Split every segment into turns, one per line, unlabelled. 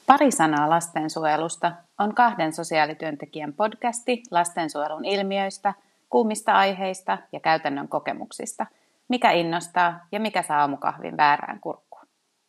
Pari sanaa lastensuojelusta on kahden sosiaalityöntekijän podcasti lastensuojelun ilmiöistä, kuumista aiheista ja käytännön kokemuksista. Mikä innostaa ja mikä saa aamukahvin väärään kurkkuun.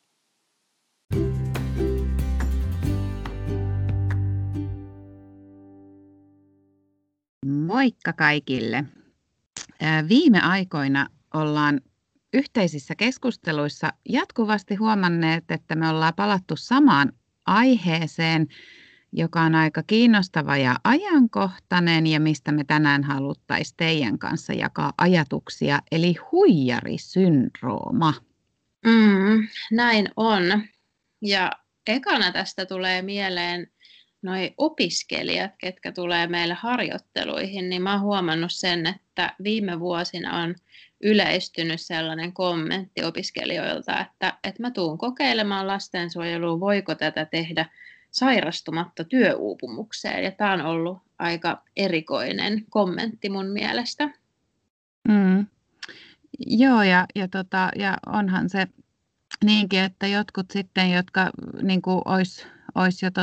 Moikka kaikille! Viime aikoina ollaan yhteisissä keskusteluissa jatkuvasti huomanneet, että me ollaan palattu samaan aiheeseen, joka on aika kiinnostava ja ajankohtainen ja mistä me tänään haluttaisiin teidän kanssa jakaa ajatuksia, eli huijarisyndrooma.
Näin on. Ja ekana tästä tulee mieleen noi opiskelijat, ketkä tulee meille harjoitteluihin, niin mä oon huomannut sen, että viime vuosina on yleistynyt sellainen kommentti opiskelijoilta, että mä tuun kokeilemaan lastensuojelua, voiko tätä tehdä sairastumatta työuupumukseen. Ja tämä on ollut aika erikoinen kommentti mun mielestä.
Joo, ja onhan se niinkin, että jotkut sitten, jotka niin kuin olisi jo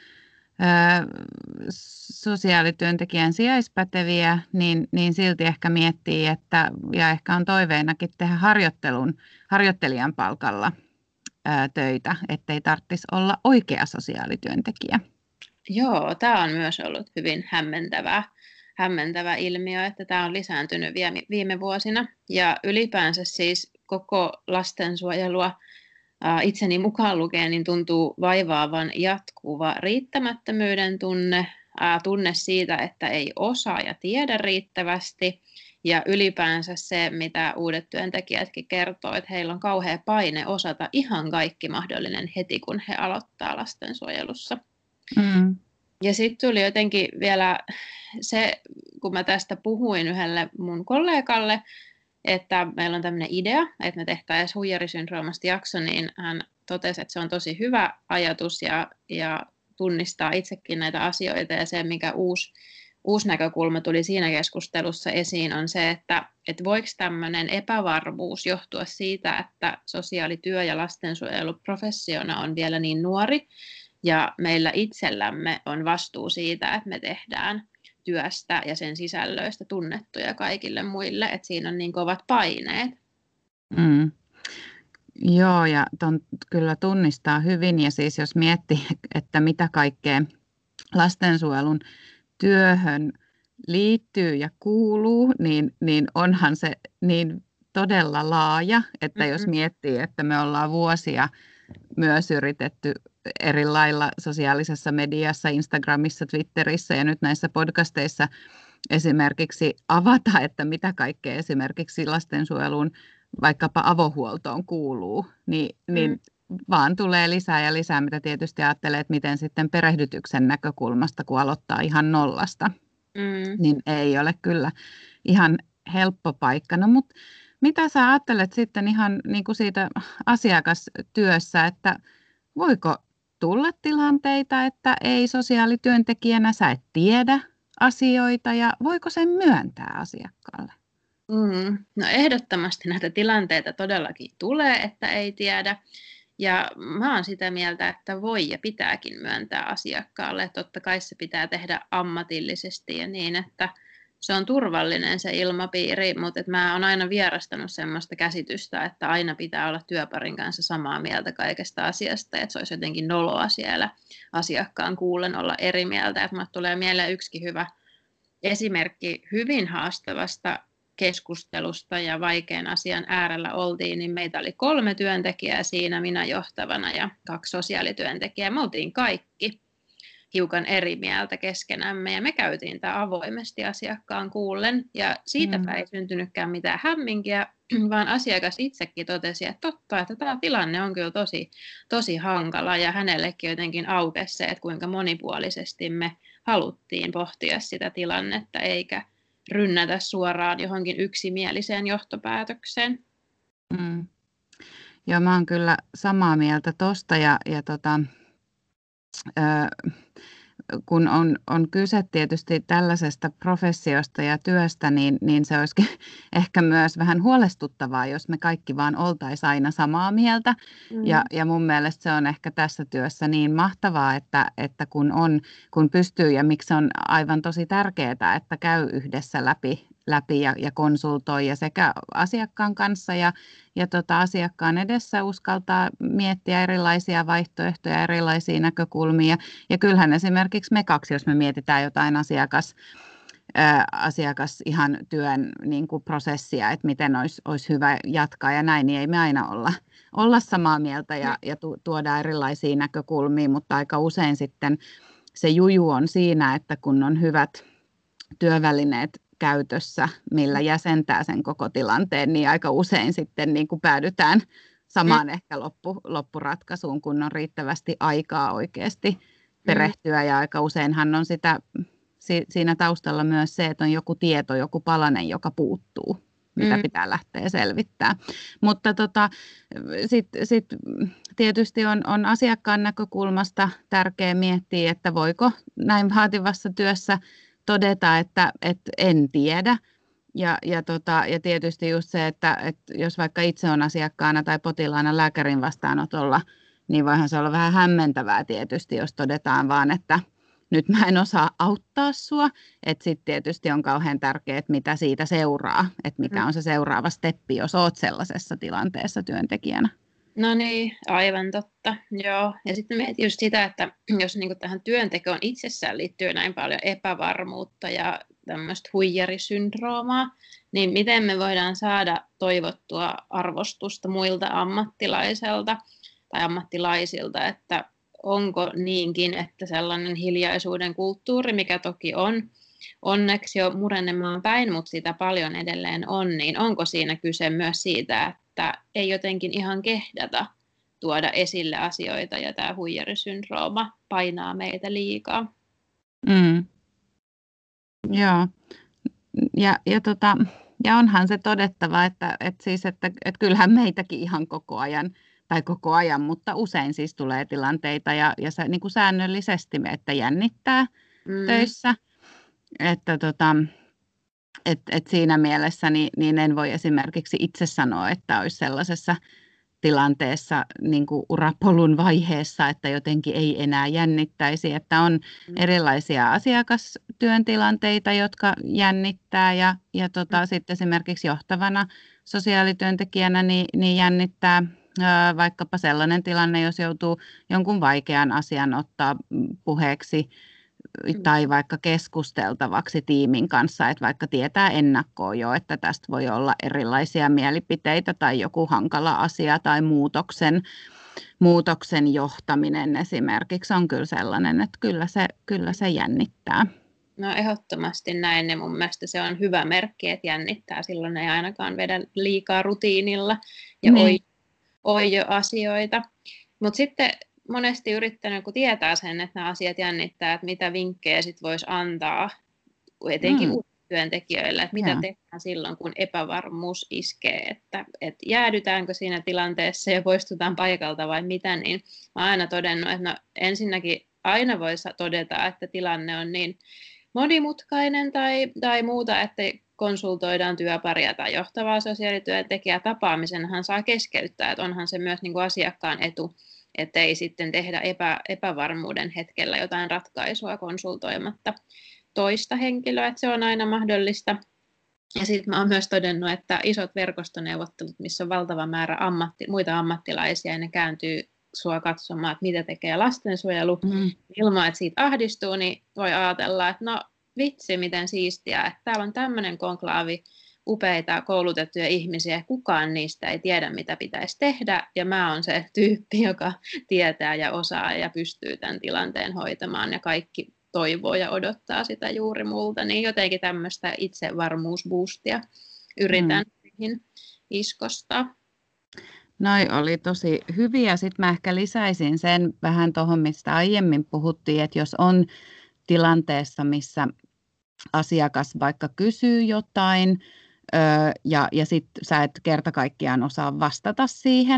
sosiaalityöntekijän sijaispäteviä, niin silti ehkä miettii, ja ehkä on toiveenakin tehdä harjoittelijan palkalla töitä, ettei tarvitsisi olla oikea sosiaalityöntekijä.
Joo, tämä on myös ollut hyvin hämmentävä ilmiö, että tämä on lisääntynyt viime vuosina. Ja ylipäänsä siis koko lastensuojelua itseni mukaan lukien niin tuntuu vaivaavan jatkuva riittämättömyyden tunne siitä, että ei osaa ja tiedä riittävästi. Ja ylipäänsä se, mitä uudet työntekijätkin kertoo, että heillä on kauhea paine osata ihan kaikki mahdollinen heti, kun he aloittaa lastensuojelussa. Ja sitten tuli jotenkin vielä se, kun mä tästä puhuin yhdelle mun kollegalle, että meillä on tämmöinen idea, että me tehtäisiin huijarisyndroomasta jakso, niin hän totesi, että se on tosi hyvä ajatus ja tunnistaa itsekin näitä asioita. Ja se, mikä uusi näkökulma tuli siinä keskustelussa esiin, on se, että voiko tämmöinen epävarmuus johtua siitä, että sosiaalityö ja lastensuojelu professiona on vielä niin nuori, ja meillä itsellämme on vastuu siitä, että me tehdään työstä ja sen sisällöistä tunnettuja kaikille muille, että siinä on niin kovat paineet.
Joo, ja ton kyllä tunnistaa hyvin, ja siis jos miettii, että mitä kaikkea lastensuojelun työhön liittyy ja kuuluu, niin onhan se niin todella laaja, että jos miettii, että me ollaan vuosia myös yritetty eri lailla sosiaalisessa mediassa, Instagramissa, Twitterissä ja nyt näissä podcasteissa esimerkiksi avata, että mitä kaikkea esimerkiksi lastensuojeluun, vaikkapa avohuoltoon kuuluu, niin vaan tulee lisää ja lisää, mitä tietysti ajattelee, että miten sitten perehdytyksen näkökulmasta, kun aloittaa ihan nollasta, niin ei ole kyllä ihan helppo paikka. No, mutta mitä sä ajattelet sitten ihan niin kuin siitä asiakastyössä, että voiko tulla tilanteita, että ei sosiaalityöntekijänä sä et tiedä asioita ja voiko sen myöntää asiakkaalle?
No ehdottomasti näitä tilanteita todellakin tulee, että ei tiedä. Ja mä oon sitä mieltä, että voi ja pitääkin myöntää asiakkaalle. Totta kai se pitää tehdä ammatillisesti ja niin, että se on turvallinen se ilmapiiri, mutta mä oon aina vierastanut semmoista käsitystä, että aina pitää olla työparin kanssa samaa mieltä kaikesta asiasta, että se olisi jotenkin noloa siellä asiakkaan kuullen olla eri mieltä. Että mulle tulee mieleen yksikin hyvä esimerkki hyvin haastavasta keskustelusta ja vaikean asian äärellä oltiin, niin meitä oli 3 työntekijää siinä, minä johtavana ja 2 sosiaalityöntekijää. Me oltiin kaikki hiukan eri mieltä keskenämme ja me käytiin tämä avoimesti asiakkaan kuullen ja siitäpä ei syntynytkään mitään hämminkiä, vaan asiakas itsekin totesi, että totta, että tämä tilanne on kyllä tosi hankala ja hänellekin jotenkin aukesi se, että kuinka monipuolisesti me haluttiin pohtia sitä tilannetta eikä rynnätä suoraan johonkin yksimieliseen johtopäätökseen.
Joo, mä oon kyllä samaa mieltä tosta ja kun on kyse tietysti tällaisesta professiosta ja työstä, niin se olisikin ehkä myös vähän huolestuttavaa, jos me kaikki vaan oltaisiin aina samaa mieltä. Ja mun mielestä se on ehkä tässä työssä niin mahtavaa, että kun pystyy ja miksi on aivan tosi tärkeää, että käy yhdessä läpi ja konsultoi ja sekä asiakkaan kanssa ja asiakkaan edessä uskaltaa miettiä erilaisia vaihtoehtoja, erilaisia näkökulmia. Ja kyllähän esimerkiksi me kaksi, jos me mietitään jotain asiakas ihan työn niin kuin prosessia, että miten olisi hyvä jatkaa ja näin, niin ei me aina olla samaa mieltä ja tuoda erilaisia näkökulmia, mutta aika usein sitten se juju on siinä, että kun on hyvät työvälineet käytössä, millä jäsentää sen koko tilanteen, niin aika usein sitten niin kuin päädytään samaan ehkä loppuratkaisuun, kun on riittävästi aikaa oikeasti perehtyä. Ja aika useinhan on siinä taustalla myös se, että on joku tieto, joku palanen, joka puuttuu, mitä pitää lähteä selvittämään. Mutta sitten tietysti on asiakkaan näkökulmasta tärkeää miettiä, että voiko näin vaativassa työssä todeta, että en tiedä. Ja tietysti just se, että jos vaikka itse on asiakkaana tai potilaana lääkärin vastaanotolla, niin voihan se olla vähän hämmentävää tietysti, jos todetaan vaan, että nyt mä en osaa auttaa sua. Että sitten tietysti on kauhean tärkeää, että mitä siitä seuraa, että mikä on se seuraava steppi, jos oot sellaisessa tilanteessa työntekijänä.
No niin, aivan totta. Joo. Ja sitten mietin just sitä, että jos niin tähän työntekoon itsessään liittyy näin paljon epävarmuutta ja tämmöistä huijarisyndroomaa, niin miten me voidaan saada toivottua arvostusta muilta ammattilaisilta, että onko niinkin, että sellainen hiljaisuuden kulttuuri, mikä toki on onneksi jo murenemaan päin, mutta sitä paljon edelleen on, niin onko siinä kyse myös siitä, että ei jotenkin ihan kehdata tuoda esille asioita ja tämä huijarisyndrooma painaa meitä liikaa.
Joo. Ja onhan se todettava, että kyllähän meitäkin ihan koko ajan, mutta usein siis tulee tilanteita ja se niin kuin säännöllisesti että jännittää töissä. Että siinä mielessä niin en voi esimerkiksi itse sanoa, että olisi sellaisessa tilanteessa niin kuin urapolun vaiheessa, että jotenkin ei enää jännittäisi, että on erilaisia asiakastyöntilanteita, jotka jännittää ja sitten esimerkiksi johtavana sosiaalityöntekijänä niin jännittää vaikkapa sellainen tilanne, jos joutuu jonkun vaikean asian ottaa puheeksi tai vaikka keskusteltavaksi tiimin kanssa, että vaikka tietää ennakkoon jo, että tästä voi olla erilaisia mielipiteitä tai joku hankala asia tai muutoksen johtaminen esimerkiksi on kyllä sellainen, että kyllä se jännittää.
No ehdottomasti näin, ja mun mielestä se on hyvä merkki, että jännittää, silloin ei ainakaan vedä liikaa rutiinilla ja oio asioita, mutta sitten monesti yrittänyt, kun tietää sen, että nämä asiat jännittää, että mitä vinkkejä sit voisi antaa, etenkin työntekijöille, että mitä tehdään silloin, kun epävarmuus iskee, että jäädytäänkö siinä tilanteessa ja poistutaan paikalta vai mitä, niin mä oon aina todennut, että no ensinnäkin aina voisi todeta, että tilanne on niin monimutkainen tai muuta, että konsultoidaan työparia tai johtavaa sosiaalityöntekijää, tapaamisenhan saa keskeyttää, että onhan se myös niin kuin asiakkaan etu, että ei sitten tehdä epävarmuuden hetkellä jotain ratkaisua konsultoimatta toista henkilöä, että se on aina mahdollista. Ja sitten mä oon myös todennut, että isot verkostoneuvottelut, missä on valtava määrä muita ammattilaisia, ja ne kääntyy sua katsomaan, että mitä tekee lastensuojelu, ilman että siitä ahdistuu, niin voi ajatella, että no vitsi, miten siistiä, että täällä on tämmöinen konklaavi, upeita koulutettuja ihmisiä, kukaan niistä ei tiedä, mitä pitäisi tehdä, ja mä oon se tyyppi, joka tietää ja osaa ja pystyy tämän tilanteen hoitamaan, ja kaikki toivoo ja odottaa sitä juuri multa, niin jotenkin tämmöistä itsevarmuusboostia yritän niihin iskostaa.
Noi oli tosi hyviä. Sitten mä ehkä lisäisin sen vähän tuohon, mistä aiemmin puhuttiin, että jos on tilanteessa, missä asiakas vaikka kysyy jotain, ja sitten sä et kerta kaikkiaan osaa vastata siihen,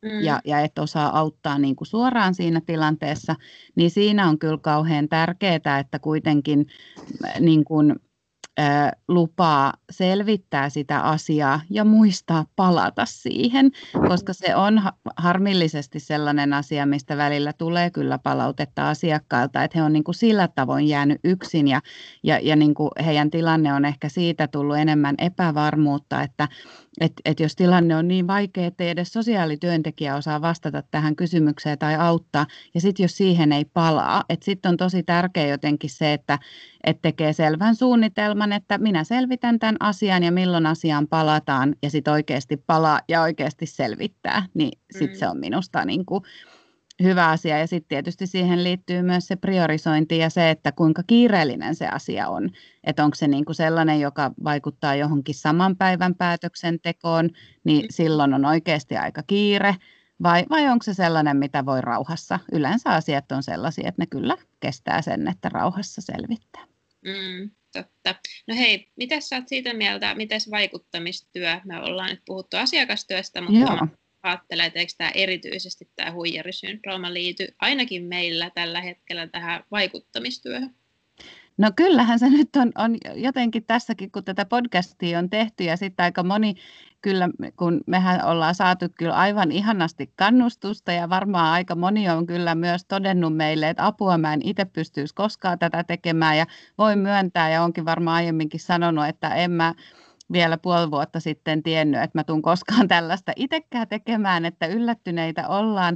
ja et osaa auttaa niin kuin suoraan siinä tilanteessa, niin siinä on kyllä kauhean tärkeää, että kuitenkin niin kuin, lupaa selvittää sitä asiaa ja muistaa palata siihen, koska se on harmillisesti sellainen asia, mistä välillä tulee kyllä palautetta asiakkailta, että he on niin kuin sillä tavoin jäänyt yksin ja niin kuin heidän tilanne on ehkä siitä tullut enemmän epävarmuutta, että jos tilanne on niin vaikea, että ei edes sosiaalityöntekijä osaa vastata tähän kysymykseen tai auttaa, ja sitten jos siihen ei palaa, että sitten on tosi tärkeää jotenkin se, että tekee selvän suunnitelman, että minä selvitän tämän asian ja milloin asiaan palataan, ja sitten oikeasti palaa ja oikeasti selvittää, niin sitten se on minusta niin kuin hyvä asia. Ja sitten tietysti siihen liittyy myös se priorisointi ja se, että kuinka kiireellinen se asia on. Että onko se niin kuin sellainen, joka vaikuttaa johonkin saman päivän päätöksentekoon, niin silloin on oikeasti aika kiire. Vai onko se sellainen, mitä voi rauhassa? Yleensä asiat on sellaisia, että ne kyllä kestää sen, että rauhassa selvittää.
Totta. No hei, mitä sä oot siitä mieltä, miten vaikuttamistyö? Me ollaan nyt puhuttu asiakastyöstä, mutta mä ajattelen, että eikö tämä erityisesti tämä huijarisyndrooma liity ainakin meillä tällä hetkellä tähän vaikuttamistyöhön?
No kyllähän se nyt on jotenkin tässäkin, kun tätä podcastia on tehty ja sitten aika moni, kyllä kun mehän ollaan saatu kyllä aivan ihanasti kannustusta ja varmaan aika moni on kyllä myös todennut meille, että apua mä en itse pystyisi koskaan tätä tekemään ja voin myöntää ja onkin varmaan aiemminkin sanonut, että en mä vielä puoli vuotta sitten tiennyt, että mä tuun koskaan tällaista itsekään tekemään, että yllättyneitä ollaan,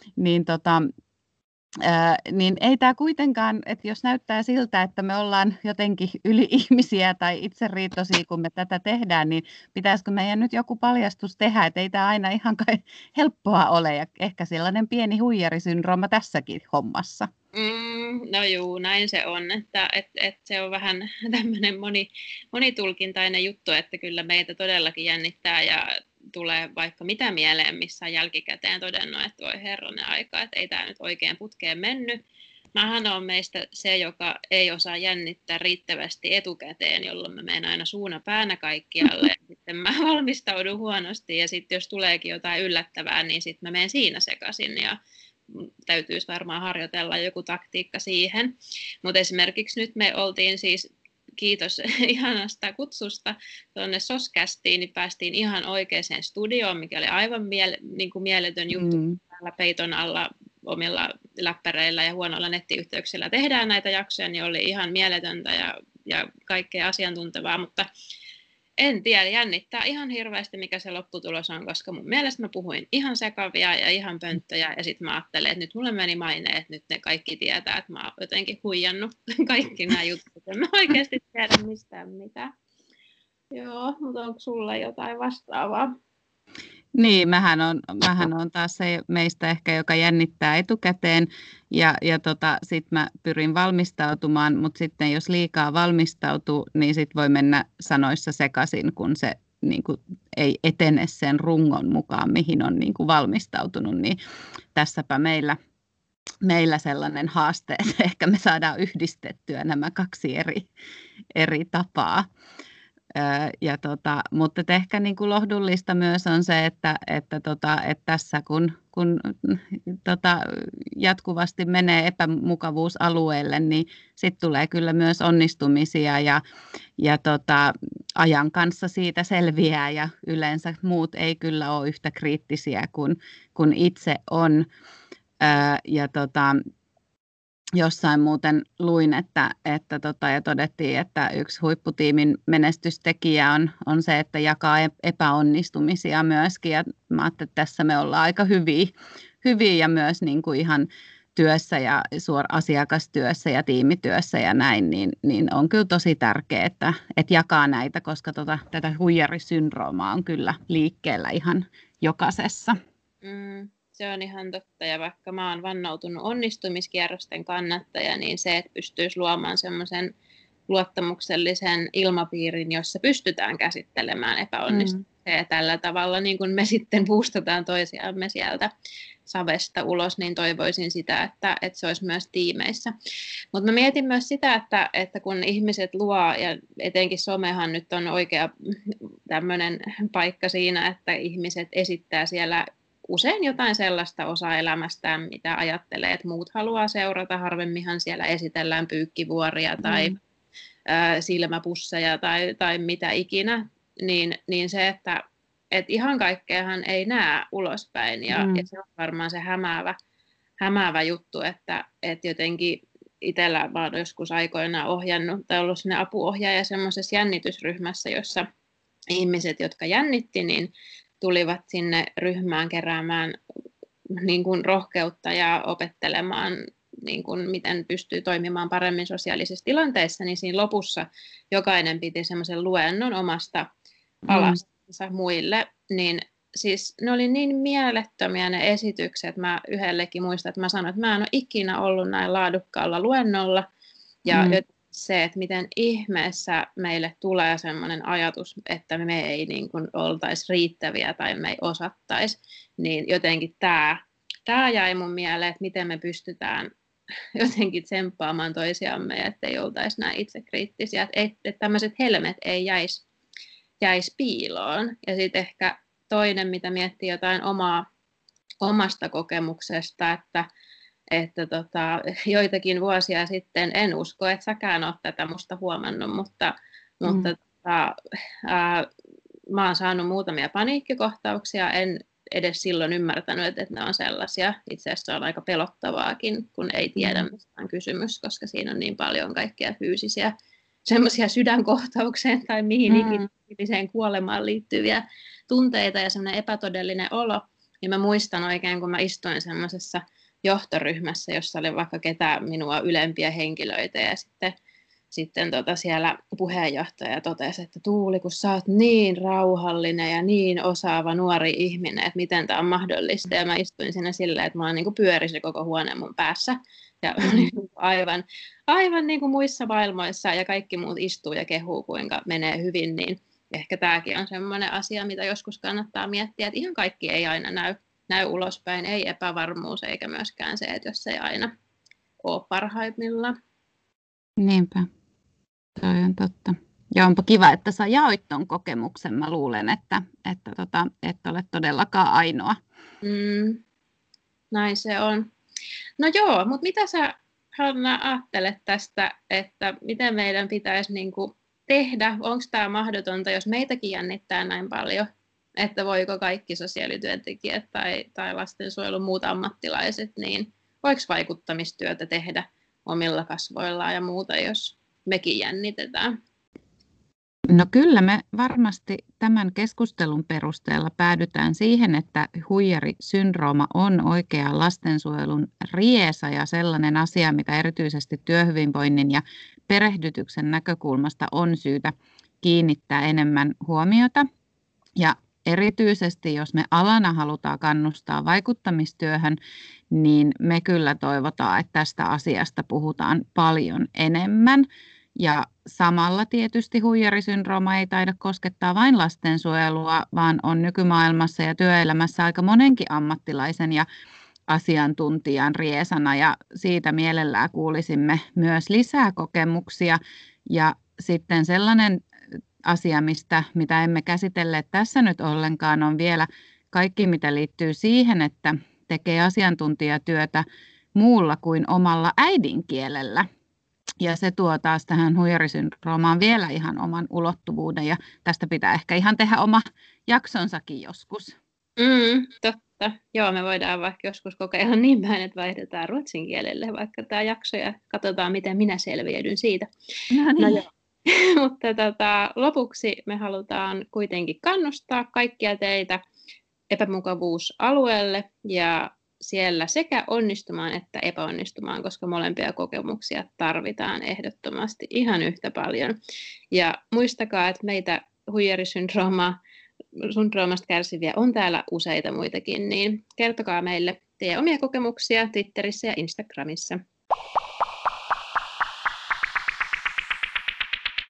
niin ei tämä kuitenkaan, että jos näyttää siltä, että me ollaan jotenkin yli-ihmisiä tai itseriitoisia, kun me tätä tehdään, niin pitäisikö meidän nyt joku paljastus tehdä, että ei tämä aina ihan helppoa ole ja ehkä sellainen pieni huijarisyndrooma tässäkin hommassa.
No juu, näin se on, että se on vähän tämmöinen monitulkintainen juttu, että kyllä meitä todellakin jännittää ja tulee vaikka mitä mieleen, missä on jälkikäteen todennut, että voi herranen aika, että ei tämä nyt oikein putkeen mennyt. Mähän on meistä se, joka ei osaa jännittää riittävästi etukäteen, jolloin mä menen aina suuna päänä kaikkialle. Sitten mä valmistaudun huonosti ja sitten jos tuleekin jotain yllättävää, niin sitten mä menen siinä sekaisin ja täytyisi varmaan harjoitella joku taktiikka siihen. Mutta esimerkiksi nyt me oltiin siis, kiitos ihanasta kutsusta tuonne SOS-kästiin, niin päästiin ihan oikeaan studioon, mikä oli aivan mieletön juttu. Täällä peiton alla omilla läppäreillä ja huonoilla nettiyhteyksillä tehdään näitä jaksoja, niin oli ihan mieletöntä ja kaikkea asiantuntevaa, mutta en tiedä, jännittää ihan hirveästi, mikä se lopputulos on, koska mun mielestä mä puhuin ihan sekavia ja ihan pönttöjä, ja sitten mä ajattelin, että nyt mulle meni maine, että nyt ne kaikki tietää, että mä oon jotenkin huijannut kaikki nämä jutut, en mä oikeasti tiedä mistään mitään. Joo, mutta onko sulla jotain vastaavaa?
Niin, mähän on taas se meistä ehkä, joka jännittää etukäteen ja sit mä pyrin valmistautumaan, mutta sitten jos liikaa valmistautuu, niin sit voi mennä sanoissa sekaisin, kun se niin kuin, ei etene sen rungon mukaan, mihin on niin kuin, valmistautunut, niin tässäpä meillä sellainen haaste, että ehkä me saadaan yhdistettyä nämä kaksi eri tapaa. Mutta ehkä niin kuin lohdullista myös on se, että tässä kun jatkuvasti menee epämukavuusalueelle, niin sitten tulee kyllä myös onnistumisia ja ajan kanssa siitä selviää ja yleensä muut ei kyllä ole yhtä kriittisiä kuin itse on. Jossain muuten luin, että ja todettiin, että yksi huipputiimin menestystekijä on se, että jakaa epäonnistumisia myöskin. Ja mä ajattelin, että tässä me ollaan aika hyviä ja myös niin kuin ihan työssä ja asiakastyössä ja tiimityössä ja näin, niin on kyllä tosi tärkeää, että jakaa näitä, koska tätä huijarisyndroomaa on kyllä liikkeellä ihan jokaisessa.
Se on ihan totta, ja vaikka mä oon vannoutunut onnistumiskierrosten kannattaja, niin se, että pystyisi luomaan semmoisen luottamuksellisen ilmapiirin, jossa pystytään käsittelemään epäonnistumisia tällä tavalla, niin kun me sitten boostataan toisiamme sieltä savesta ulos, niin toivoisin sitä, että se olisi myös tiimeissä. Mutta mä mietin myös sitä, että kun ihmiset luo, ja etenkin somehan nyt on oikea tämmöinen paikka siinä, että ihmiset esittää siellä usein jotain sellaista osaa elämästään, mitä ajattelee, että muut haluaa seurata. Harvemminhan siellä esitellään pyykkivuoria tai silmäpusseja tai mitä ikinä. Niin se, että ihan kaikkeahan ei näe ulospäin. Ja se on varmaan se hämäävä juttu, että jotenkin itsellä mä olen joskus aikoinaan ohjannut tai ollut sinne apuohjaaja semmoisessa jännitysryhmässä, jossa ihmiset, jotka jännitti, niin tulivat sinne ryhmään keräämään niin kuin rohkeutta ja opettelemaan, niin kuin miten pystyy toimimaan paremmin sosiaalisissa tilanteissa, niin siinä lopussa jokainen piti semmoisen luennon omasta alastansa muille, niin siis ne oli niin mielettömiä ne esitykset. Mä yhdellekin muistan, että mä sanoin, että mä en ole ikinä ollut näin laadukkaalla luennolla. Ja se, että miten ihmeessä meille tulee sellainen ajatus, että me ei niin kuin oltaisi riittäviä tai me ei osattaisi, niin jotenkin tämä jäi mun mieleen, että miten me pystytään jotenkin tsemppaamaan toisiamme, ettei oltaisi näin itsekriittisiä, että tämmöiset helmet ei jäisi piiloon. Ja sitten ehkä toinen, mitä miettii jotain omasta kokemuksesta, että joitakin vuosia sitten, en usko, että säkään olet tätä musta huomannut, mutta mä oon saanut muutamia paniikkikohtauksia, en edes silloin ymmärtänyt, että ne on sellaisia. Itse asiassa on aika pelottavaakin, kun ei tiedä, mistä on kysymys, koska siinä on niin paljon kaikkia fyysisiä semmoisia sydänkohtaukseen tai mihin ikinä kuolemaan liittyviä tunteita ja semmoinen epätodellinen olo. Ja mä muistan oikein, kun mä istuin semmoisessa johtoryhmässä, jossa oli vaikka ketään minua ylempiä henkilöitä ja sitten siellä puheenjohtaja totesi, että Tuuli, kun sä oot niin rauhallinen ja niin osaava nuori ihminen, että miten tämä on mahdollista. Ja mä istuin siinä silleen, että mä niin kuin pyörisin koko huone mun päässä ja aivan niin kuin muissa maailmoissa ja kaikki muut istuu ja kehuu, kuinka menee hyvin, niin ehkä tämäkin on semmoinen asia, mitä joskus kannattaa miettiä, että ihan kaikki ei aina näy ulospäin, ei epävarmuus eikä myöskään se, että jos ei aina ole parhaimmillaan.
Niinpä, toi on totta. Ja onpa kiva, että sä jaoit ton kokemuksen. Mä luulen, että et ole todellakaan ainoa.
Näin se on. No joo, mutta mitä sä, Hanna, ajattelet tästä, että miten meidän pitäisi niinku tehdä? Onko tämä mahdotonta, jos meitäkin jännittää näin paljon? Että voiko kaikki sosiaalityöntekijät tai lastensuojelun muut ammattilaiset, niin voiko vaikuttamistyötä tehdä omilla kasvoillaan ja muuta, jos mekin jännitetään?
No kyllä me varmasti tämän keskustelun perusteella päädytään siihen, että huijarisyndrooma on oikea lastensuojelun riesa ja sellainen asia, mitä erityisesti työhyvinvoinnin ja perehdytyksen näkökulmasta on syytä kiinnittää enemmän huomiota. Ja erityisesti, jos me alana halutaan kannustaa vaikuttamistyöhön, niin me kyllä toivotaan, että tästä asiasta puhutaan paljon enemmän. Ja samalla tietysti huijarisyndrooma ei taida koskettaa vain lastensuojelua, vaan on nykymaailmassa ja työelämässä aika monenkin ammattilaisen ja asiantuntijan riesana. Ja siitä mielellään kuulisimme myös lisää kokemuksia. Ja sitten sellainen asia, mitä emme käsitelleet tässä nyt ollenkaan, on vielä kaikki, mitä liittyy siihen, että tekee asiantuntijatyötä muulla kuin omalla äidinkielellä. Ja se tuo taas tähän huijarisyndroomaan vielä ihan oman ulottuvuuden, ja tästä pitää ehkä ihan tehdä oma jaksonsakin joskus.
Totta. Joo, me voidaan vaikka joskus kokeilla niin päin, että vaihdetaan ruotsin kielelle vaikka tämä jakso, ja katsotaan, miten minä selviydyn siitä.
No niin.
Mutta lopuksi me halutaan kuitenkin kannustaa kaikkia teitä epämukavuusalueelle ja siellä sekä onnistumaan että epäonnistumaan, koska molempia kokemuksia tarvitaan ehdottomasti ihan yhtä paljon. Ja muistakaa, että meitä huijarisyndroomasta kärsiviä on täällä useita muitakin, niin kertokaa meille teidän omia kokemuksia Twitterissä ja Instagramissa.